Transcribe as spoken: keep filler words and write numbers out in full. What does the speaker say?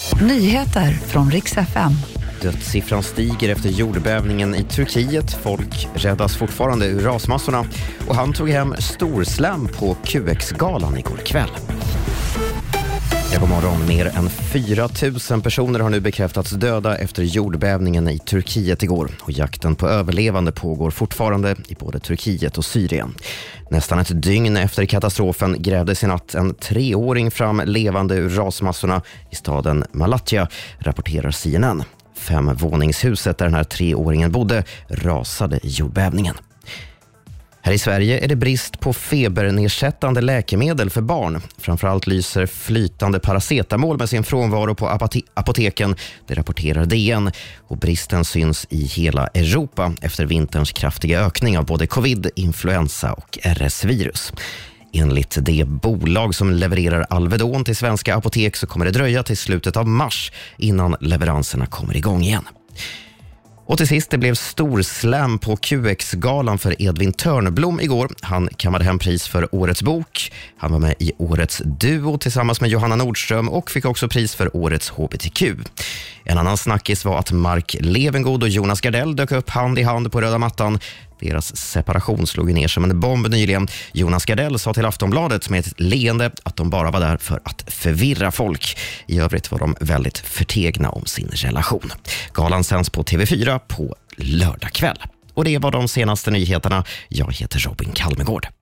Nyheter från Rix F M. Dödssiffran stiger efter jordbävningen i Turkiet. Folk räddas fortfarande ur rasmassorna. Och han tog hem storslam på Q X-galan igår kväll. Ja, god morgon. Mer än fyra tusen personer har nu bekräftats döda efter jordbävningen i Turkiet igår. Och jakten på överlevande pågår fortfarande i både Turkiet och Syrien. Nästan ett dygn efter katastrofen grävdes i natt en treåring fram levande ur rasmassorna i staden Malatya, rapporterar C N N. Femvåningshuset där den här treåringen bodde rasade i jordbävningen. Här i Sverige är det brist på febernedsättande läkemedel för barn. Framförallt lyser flytande paracetamol med sin frånvaro på apote- apoteken, det rapporterar D N. Och bristen syns i hela Europa efter vinterns kraftiga ökning av både covid, influensa och R S-virus. Enligt det bolag som levererar Alvedon till svenska apotek så kommer det dröja till slutet av mars innan leveranserna kommer igång igen. Och till sist, det blev stor slam på Q X-galan för Edvin Törnblom igår. Han kammade hem pris för årets bok. Han var med i årets duo tillsammans med Johanna Nordström och fick också pris för årets H B T Q. En annan snackis var att Mark Levengood och Jonas Gardell dök upp hand i hand på röda mattan. Deras separation slog ner som en bomb nyligen. Jonas Gardell sa till Aftonbladet med ett leende att de bara var där för att förvirra folk. I övrigt var de väldigt förtegna om sin relation. Galan sänds på T V fyra på lördag kväll. Och det var de senaste nyheterna. Jag heter Robin Kalmegård.